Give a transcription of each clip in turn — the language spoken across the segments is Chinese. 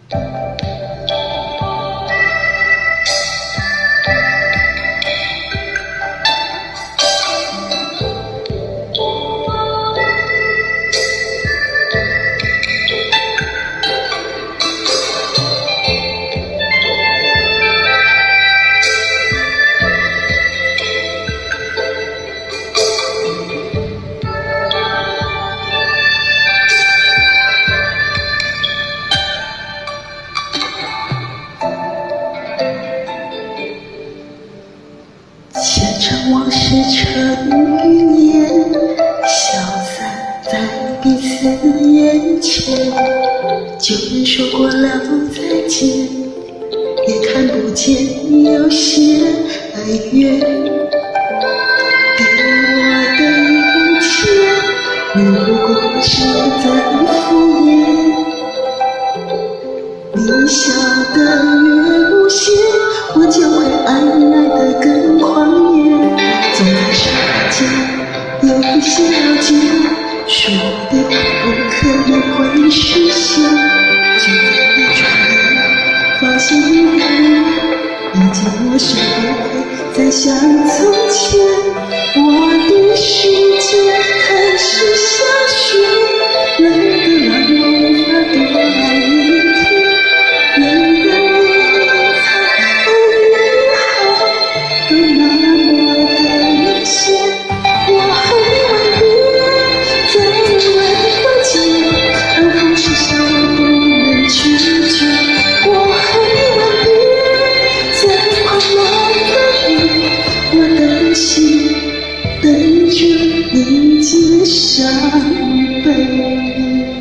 前尘往事成云烟，消散在彼此眼前。旧人说过了再见，也看不见有些哀怨。给我的一切，如果是在敷衍，你笑得越无邪，我就会爱来得更狂野。总在时间有一些了解，说的不可能会实现。就在你转眼发现你的脸，已经陌生不会再像从前。我的世界开始下雪，冷得让我无法多爱一天。冷得我才爱好都那么的明显。我和你吻别在未了解，而风是笑我不能拒绝。我和你吻别在狂乱的雨，我的心等着迎接伤悲。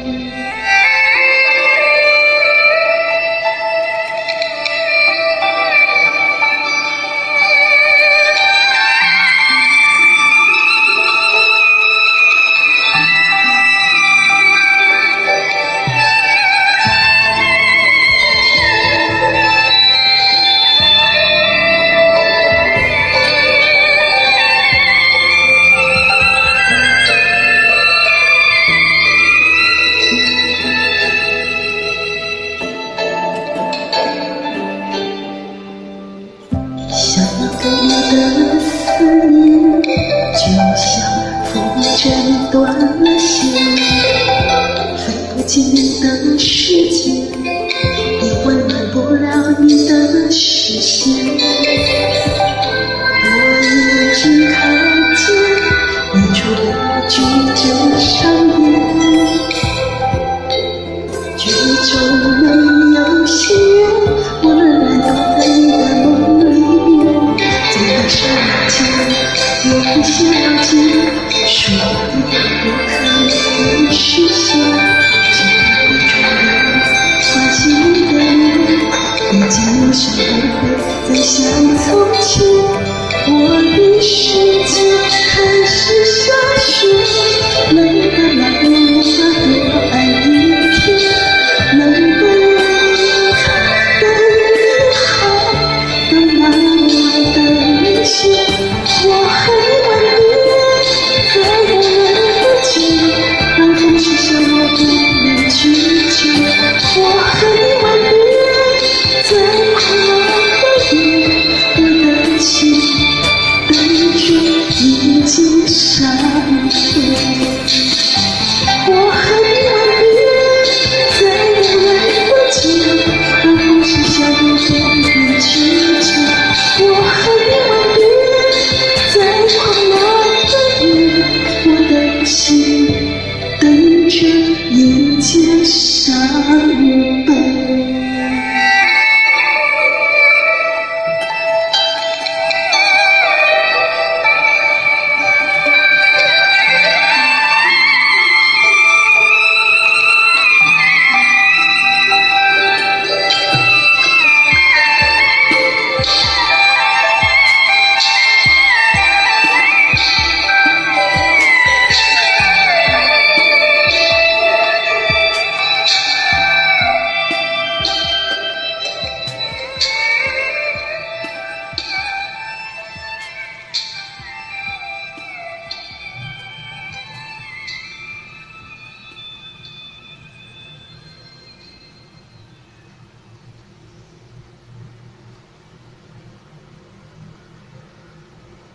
想要给你的思念，就像风筝断了线，飞不进你的世界，也温暖不了你的视线。我一直看见你除了拒绝上演，剧中没有喜悦，我仍然躲在你的梦里。是了解，有一些了解，说的不可能会实现。只要你转眼发现你的脸，已经陌生不会再像从前。我的世界开始下雪，冷得让我无法多爱一天。冷得我才对你好都那么的明显。我和你吻别在无人的街，让风是笑我不能拒绝。我和你吻别在狂乱的夜，我的心等着迎接伤悲。我和你吻别在无人的街，让风是笑我不能拒绝。我和你吻别在狂乱的夜，我的心等着迎接伤悲。